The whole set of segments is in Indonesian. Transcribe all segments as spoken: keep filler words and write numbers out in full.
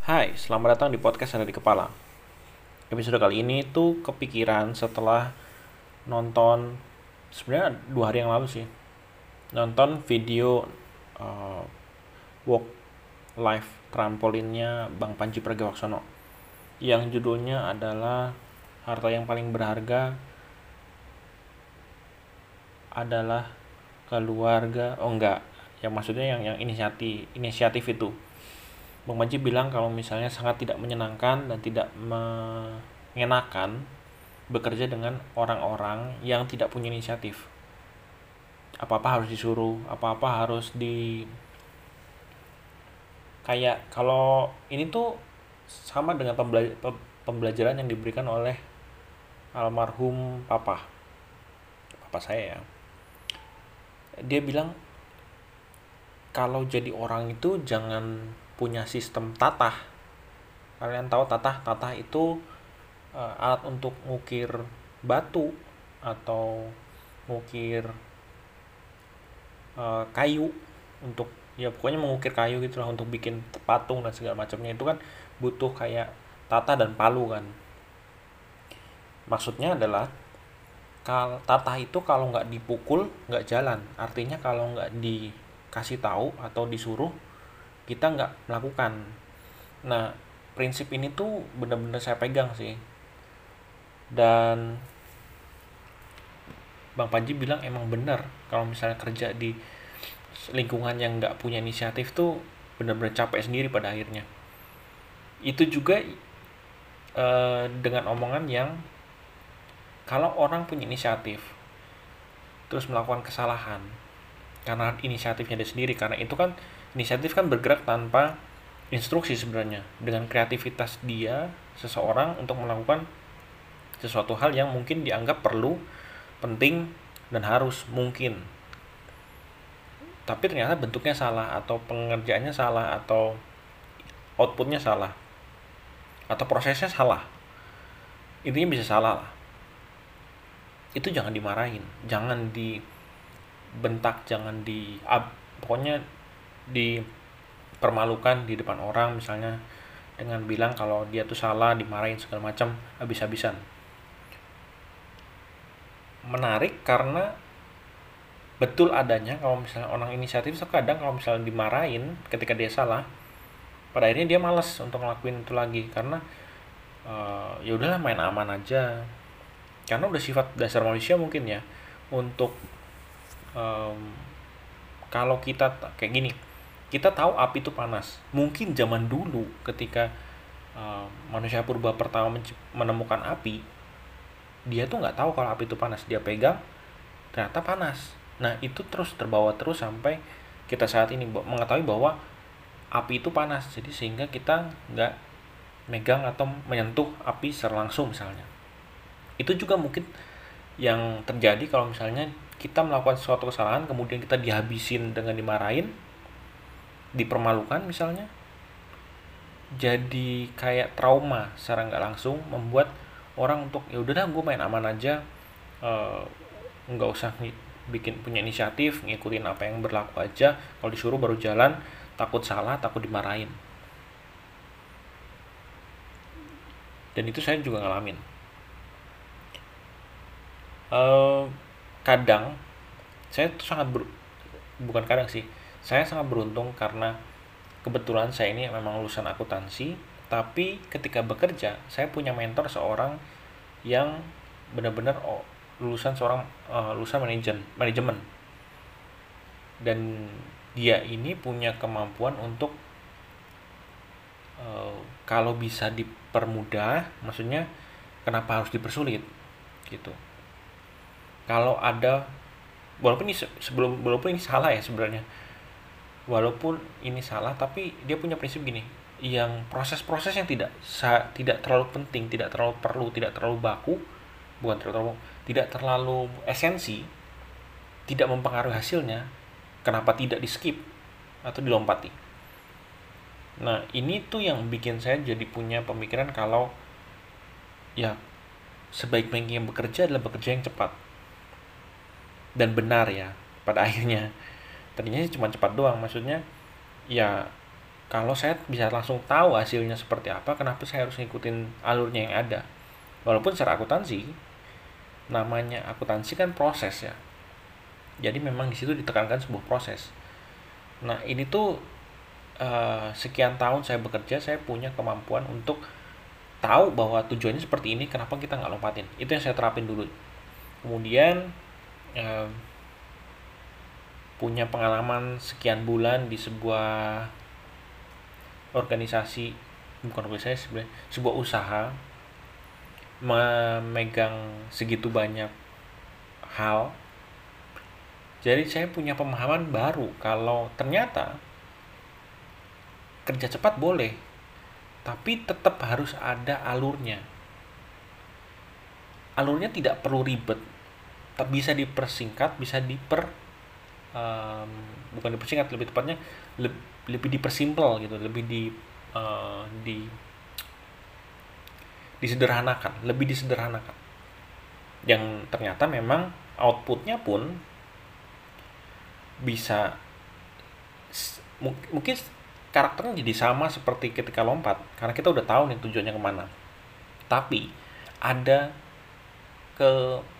Hai, selamat datang di podcast Ada di Kepala. Episode kali ini tuh kepikiran setelah nonton, sebenarnya dua hari yang lalu sih, nonton video uh, walk live trampolinnya Bang Panji Pragiwaksono yang judulnya adalah harta yang paling berharga adalah keluarga. Oh enggak, yang maksudnya yang yang inisiatif inisiatif itu. Bang Panji bilang kalau misalnya sangat tidak menyenangkan dan tidak mengenakan bekerja dengan orang-orang yang tidak punya inisiatif. Apa-apa harus disuruh, apa-apa harus di kayak kalau ini tuh sama dengan pembela- pembelajaran yang diberikan oleh almarhum papa, papa saya ya. Dia bilang kalau jadi orang itu jangan punya sistem tatah. Kalian tahu tatah? Tatah itu uh, alat untuk ngukir batu atau ngukir uh, kayu, untuk ya pokoknya mengukir kayu gitulah, untuk bikin patung dan segala macamnya itu kan butuh kayak tata dan palu kan. Maksudnya adalah kal tata itu kalau nggak dipukul nggak jalan, artinya kalau nggak dikasih tahu atau disuruh kita nggak melakukan. Nah, prinsip ini tuh bener-bener saya pegang sih. Dan Bang Panji bilang emang benar kalau misalnya kerja di lingkungan yang nggak punya inisiatif tuh benar-benar capek sendiri pada akhirnya. Itu juga eh, dengan omongan yang kalau orang punya inisiatif terus melakukan kesalahan karena inisiatifnya dia sendiri, karena itu kan inisiatif kan bergerak tanpa instruksi sebenarnya, dengan kreativitas dia seseorang untuk melakukan sesuatu hal yang mungkin dianggap perlu, penting, dan harus mungkin, tapi ternyata bentuknya salah atau pengerjaannya salah atau outputnya salah atau prosesnya salah, intinya bisa salah lah. Itu jangan dimarahin, jangan dibentak, jangan di ab, pokoknya dipermalukan di depan orang misalnya dengan bilang kalau dia tuh salah, dimarahin segala macam habis-habisan. Menarik karena betul adanya kalau misalnya orang inisiatif kadang kalau misalnya dimarahin ketika dia salah, pada akhirnya dia malas untuk ngelakuin itu lagi karena uh, ya udahlah main aman aja, karena udah sifat dasar manusia mungkin ya untuk um, kalau kita kayak gini, kita tahu api itu panas. Mungkin zaman dulu ketika uh, manusia purba pertama menemukan api, dia tuh nggak tahu kalau api itu panas, dia pegang ternyata panas. Nah itu terus terbawa terus sampai kita saat ini mengetahui bahwa api itu panas, jadi sehingga kita nggak megang atau menyentuh api secara langsung misalnya. Itu juga mungkin yang terjadi kalau misalnya kita melakukan suatu kesalahan kemudian kita dihabisin dengan dimarahin, dipermalukan misalnya, jadi kayak trauma secara nggak langsung, membuat orang untuk ya udah gue main aman aja, uh, nggak usah bikin punya inisiatif, ngikutin apa yang berlaku aja, kalau disuruh baru jalan, takut salah, takut dimarahin. Dan itu saya juga ngalamin. Uh, kadang saya tuh sangat ber, bukan kadang sih, saya sangat beruntung karena kebetulan saya ini memang lulusan akuntansi, tapi ketika bekerja saya punya mentor seorang yang benar-benar oh, lulusan seorang uh, lulusan manajemen manajemen dan dia ini punya kemampuan untuk uh, kalau bisa dipermudah, maksudnya kenapa harus dipersulit gitu. Kalau ada, walaupun ini sebelum walaupun ini salah ya sebenarnya, walaupun ini salah tapi dia punya prinsip gini, yang proses-proses yang tidak tidak terlalu penting, tidak terlalu perlu, tidak terlalu baku, bukan terlalu tidak terlalu esensi, tidak mempengaruhi hasilnya, kenapa tidak di skip atau dilompati. Nah ini tuh yang bikin saya jadi punya pemikiran kalau ya sebaik-baiknya bekerja adalah bekerja yang cepat dan benar ya pada akhirnya. Tadinya cuma cepat doang, maksudnya ya kalau saya bisa langsung tahu hasilnya seperti apa, kenapa saya harus ngikutin alurnya yang ada? Walaupun secara akuntansi, namanya akuntansi kan proses ya. Jadi memang di situ ditekankan sebuah proses. Nah, ini tuh uh, sekian tahun saya bekerja, saya punya kemampuan untuk tahu bahwa tujuannya seperti ini, kenapa kita nggak lompatin. Itu yang saya terapin dulu. Kemudian uh, punya pengalaman sekian bulan di sebuah organisasi, bukan organisasi sebenarnya, sebuah usaha, memegang segitu banyak hal. Jadi saya punya pemahaman baru kalau ternyata kerja cepat boleh, tapi tetap harus ada alurnya. Alurnya tidak perlu ribet, tapi bisa dipersingkat, bisa diper um, bukan dipersingkat, lebih tepatnya lebih, lebih dipersimpel gitu, lebih di uh, di disederhanakan, lebih disederhanakan. Yang ternyata memang outputnya pun bisa mungkin karakternya jadi sama seperti ketika lompat, karena kita udah tahu nih tujuannya kemana. Tapi ada ke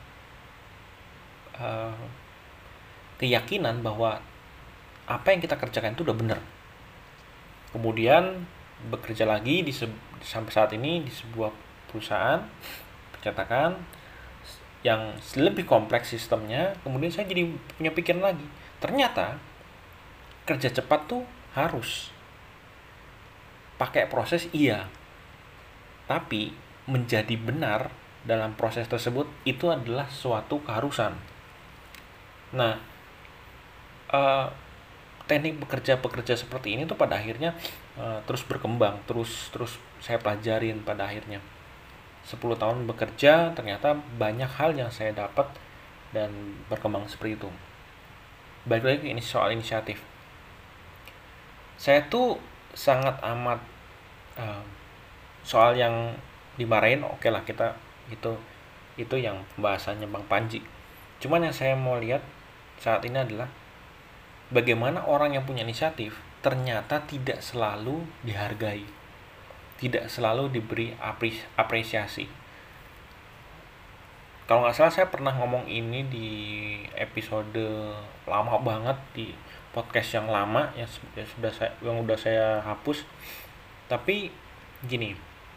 uh, keyakinan bahwa apa yang kita kerjakan itu udah benar. Kemudian bekerja lagi di se- sampai saat ini di sebuah perusahaan percetakan yang lebih kompleks sistemnya. Kemudian saya jadi punya pikiran lagi, ternyata kerja cepat tuh harus pakai proses, iya, tapi menjadi benar dalam proses tersebut itu adalah suatu keharusan. Nah, uh, teknik bekerja-bekerja seperti ini tuh pada akhirnya uh, terus berkembang, terus terus saya pelajarin. Pada akhirnya sepuluh tahun bekerja, ternyata banyak hal yang saya dapat dan berkembang seperti itu. Balik lagi ini soal inisiatif. Saya tuh sangat amat uh, soal yang dimarahin, oke okay lah, kita itu itu yang pembahasannya Bang Panji. Cuman yang saya mau lihat saat ini adalah bagaimana orang yang punya inisiatif ternyata tidak selalu dihargai, tidak selalu diberi apresiasi. Kalau nggak salah saya pernah ngomong ini di episode lama banget, di podcast yang lama yang sudah saya yang udah saya hapus. Tapi gini,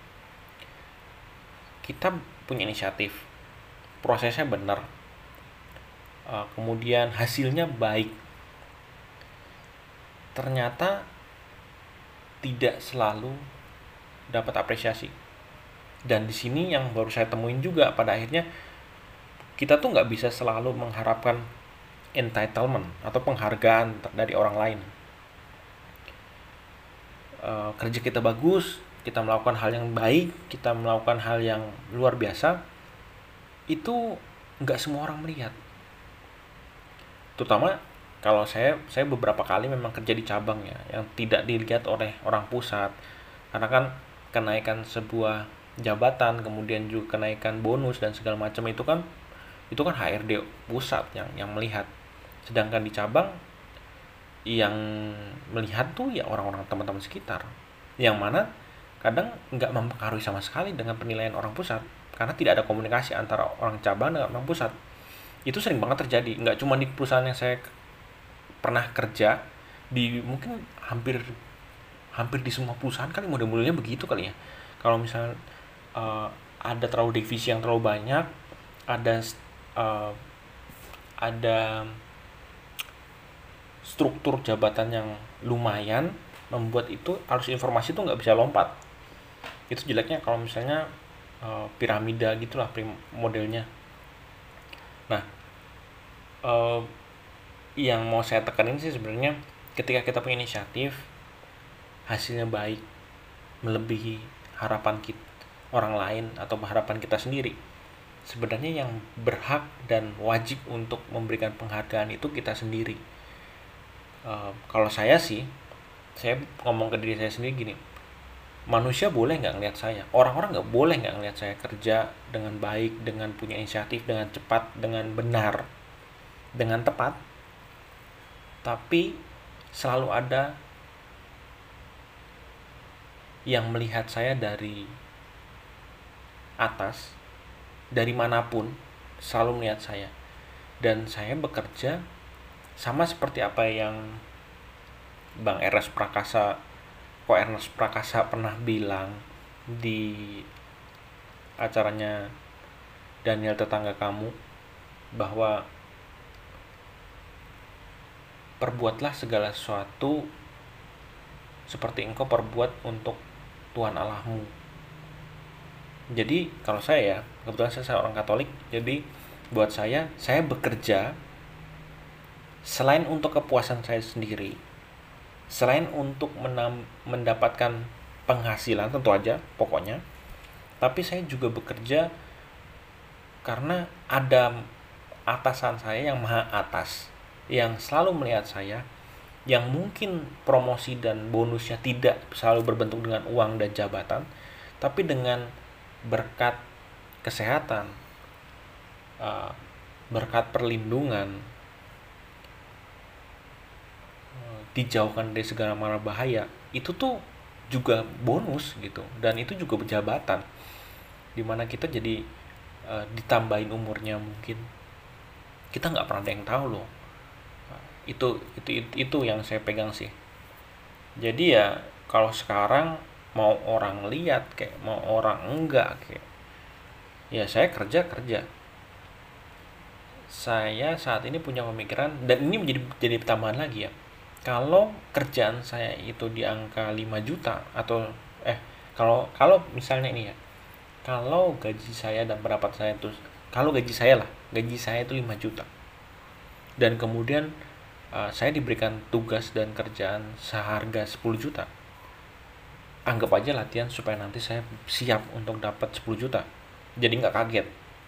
kita punya inisiatif, prosesnya benar, kemudian hasilnya baik, ternyata tidak selalu dapat apresiasi. Dan di sini yang baru saya temuin juga, pada akhirnya kita tuh nggak bisa selalu mengharapkan entitlement atau penghargaan dari orang lain. E, kerja kita bagus, kita melakukan hal yang baik, kita melakukan hal yang luar biasa, itu nggak semua orang melihat. Terutama kalau saya saya beberapa kali memang kerja di cabang ya, yang tidak dilihat oleh orang pusat, karena kan kenaikan sebuah jabatan, kemudian juga kenaikan bonus dan segala macam itu kan itu kan H R D pusat yang yang melihat. Sedangkan di cabang yang melihat tuh ya orang-orang teman-teman sekitar, yang mana kadang nggak mempengaruhi sama sekali dengan penilaian orang pusat, karena tidak ada komunikasi antara orang cabang dengan orang pusat. Itu sering banget terjadi, nggak cuma di perusahaan yang saya pernah kerja, di mungkin hampir hampir di semua perusahaan kali model-modelnya begitu kali ya. Kalau misalnya uh, ada terlalu divisi yang terlalu banyak, ada uh, ada struktur jabatan yang lumayan, membuat itu arus informasi itu nggak bisa lompat. Itu jeleknya kalau misalnya uh, piramida gitulah modelnya. Nah, uh, yang mau saya tekanin sih sebenarnya, ketika kita punya inisiatif, hasilnya baik, melebihi harapan kita, orang lain atau harapan kita sendiri, sebenarnya yang berhak dan wajib untuk memberikan penghargaan itu kita sendiri. Uh, kalau saya sih, saya ngomong ke diri saya sendiri gini, manusia boleh nggak ngelihat saya, orang-orang nggak boleh nggak ngelihat saya kerja dengan baik, dengan punya inisiatif, dengan cepat, dengan benar, dengan tepat, tapi selalu ada yang melihat saya dari atas, dari manapun, selalu melihat saya. Dan saya bekerja sama seperti apa yang Bang Ernest Prakasa, Ko Ernest Prakasa pernah bilang di acaranya Daniel Tetangga Kamu, bahwa perbuatlah segala sesuatu seperti engkau perbuat untuk Tuhan Allahmu. Jadi kalau saya ya, kebetulan saya seorang Katolik, jadi buat saya, saya bekerja selain untuk kepuasan saya sendiri, selain untuk menam, mendapatkan penghasilan tentu aja pokoknya, tapi saya juga bekerja karena ada atasan saya yang maha atas, yang selalu melihat saya, yang mungkin promosi dan bonusnya tidak selalu berbentuk dengan uang dan jabatan, tapi dengan berkat kesehatan, uh, berkat perlindungan, uh, dijauhkan dari segala mara bahaya, itu tuh juga bonus gitu, dan itu juga jabatan, dimana kita jadi uh, ditambahin umurnya mungkin, kita nggak pernah ada yang tahu loh. Itu, itu itu itu yang saya pegang sih. Jadi ya kalau sekarang mau orang lihat kayak mau orang enggak kayak, ya saya kerja kerja. Saya saat ini punya pemikiran, dan ini menjadi jadi tambahan lagi ya. Kalau kerjaan saya itu di angka lima juta atau eh kalau kalau misalnya ini ya, kalau gaji saya dan pendapat saya itu, kalau gaji saya lah, gaji saya itu lima juta. Dan kemudian uh, saya diberikan tugas dan kerjaan seharga sepuluh juta. Anggap aja latihan supaya nanti saya siap untuk dapat sepuluh juta. Jadi nggak kaget.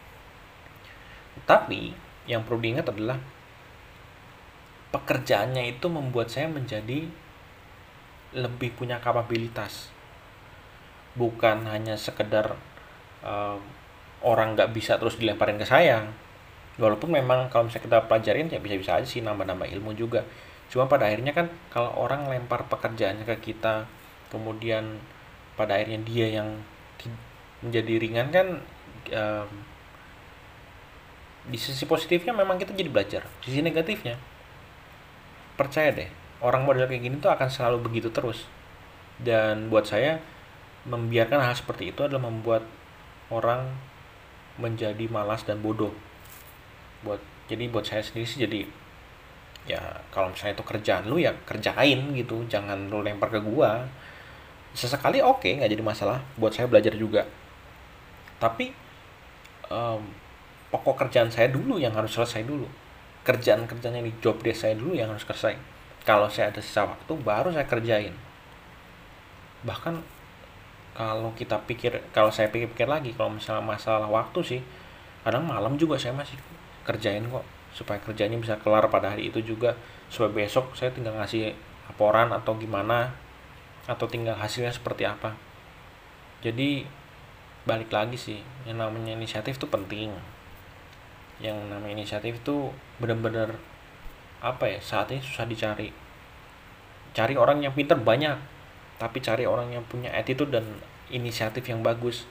Tapi yang perlu diingat adalah pekerjaannya itu membuat saya menjadi lebih punya kapabilitas. Bukan hanya sekedar uh, orang nggak bisa terus dilemparin ke saya. Walaupun memang kalau misalnya kita pelajarin ya bisa-bisa aja sih, nambah-nambah ilmu juga. Cuma pada akhirnya kan kalau orang lempar pekerjaannya ke kita, kemudian pada akhirnya dia yang menjadi ringan kan, um, di sisi positifnya memang kita jadi belajar. Sisi negatifnya, percaya deh, orang model kayak gini tuh akan selalu begitu terus. Dan buat saya, membiarkan hal seperti itu adalah membuat orang menjadi malas dan bodoh. Buat jadi buat saya sendiri sih, jadi ya kalau misalnya itu kerjaan lu ya kerjain gitu, jangan lu lempar ke gua. Sesekali oke, okay, nggak jadi masalah, buat saya belajar juga. Tapi um, pokok kerjaan saya dulu yang harus selesai dulu, kerjaan-kerjaan yang di job desk saya dulu yang harus selesai. Kalau saya ada sisa waktu baru saya kerjain. Bahkan kalau kita pikir, kalau saya pikir-pikir lagi, kalau misalnya masalah waktu sih, kadang malam juga saya masih kerjain kok, supaya kerjanya bisa kelar pada hari itu juga, supaya besok saya tinggal ngasih laporan atau gimana, atau tinggal hasilnya seperti apa. Jadi balik lagi sih, yang namanya inisiatif tuh penting. Yang namanya inisiatif tuh bener-bener apa ya, saat ini susah dicari. Cari orang yang pintar banyak, tapi cari orang yang punya attitude dan inisiatif yang bagus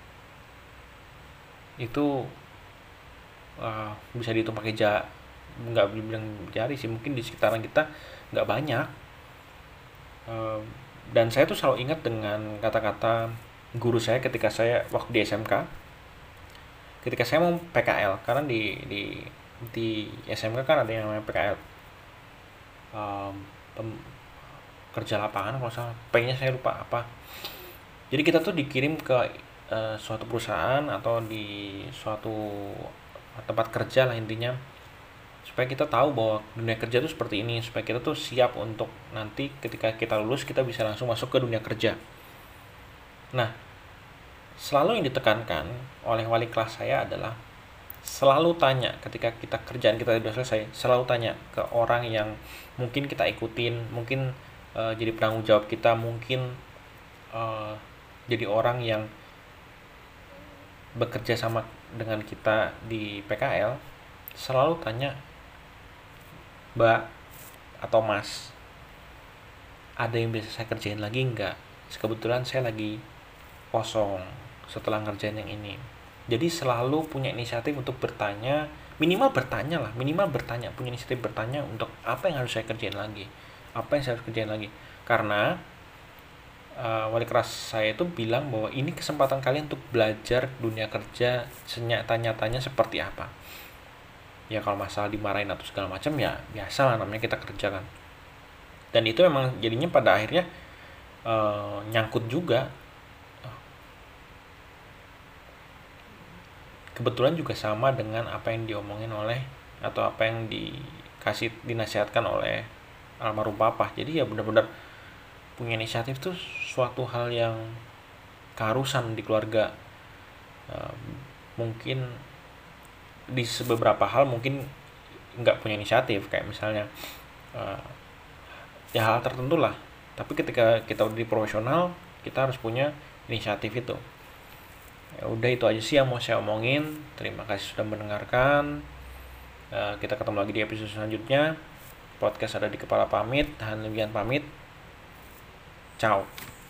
itu uh, bisa dihitung pakai ja nggak bilang jari sih, mungkin di sekitaran kita nggak banyak. Uh, dan saya tuh selalu ingat dengan kata-kata guru saya ketika saya waktu di S M K, ketika saya mau P K L, karena di di di S M K kan ada yang namanya P K L, um, pem, kerja lapangan kalau salah, P-nya saya lupa apa. Jadi kita tuh dikirim ke uh, suatu perusahaan atau di suatu tempat kerja lah intinya, supaya kita tahu bahwa dunia kerja itu seperti ini, supaya kita tuh siap untuk nanti ketika kita lulus kita bisa langsung masuk ke dunia kerja. Nah, selalu yang ditekankan oleh wali kelas saya adalah selalu tanya ketika kita kerjaan kita sudah selesai, selalu tanya ke orang yang mungkin kita ikutin, mungkin uh, jadi penanggung jawab kita, mungkin uh, jadi orang yang bekerja sama dengan kita di P K L, selalu tanya, Mbak atau Mas, ada yang bisa saya kerjain lagi enggak? kebetulan saya lagi kosong setelah ngerjain yang ini. Jadi selalu punya inisiatif untuk bertanya, minimal bertanya lah, minimal bertanya, punya inisiatif bertanya untuk apa yang harus saya kerjain lagi, apa yang saya harus kerjain lagi. Karena uh, wali kelas saya itu bilang bahwa ini kesempatan kalian untuk belajar dunia kerja senyata-nyatanya seperti apa. Ya kalau masalah dimarahin atau segala macam ya biasa lah, namanya kita kerja kan. Dan itu memang jadinya pada akhirnya uh, nyangkut juga. Kebetulan juga sama dengan apa yang diomongin oleh atau apa yang dikasih dinasihatkan oleh almarhum papa. Jadi ya benar-benar punya inisiatif tuh suatu hal yang keharusan di keluarga. Uh, mungkin di beberapa hal mungkin nggak punya inisiatif, kayak misalnya uh, ya hal tertentu lah. Tapi ketika kita udah di profesional, kita harus punya inisiatif itu. Ya udah, itu aja sih yang mau saya omongin. Terima kasih sudah mendengarkan. Uh, kita ketemu lagi di episode selanjutnya. Podcast ada di kepala pamit, tahan lebihan pamit. Ciao.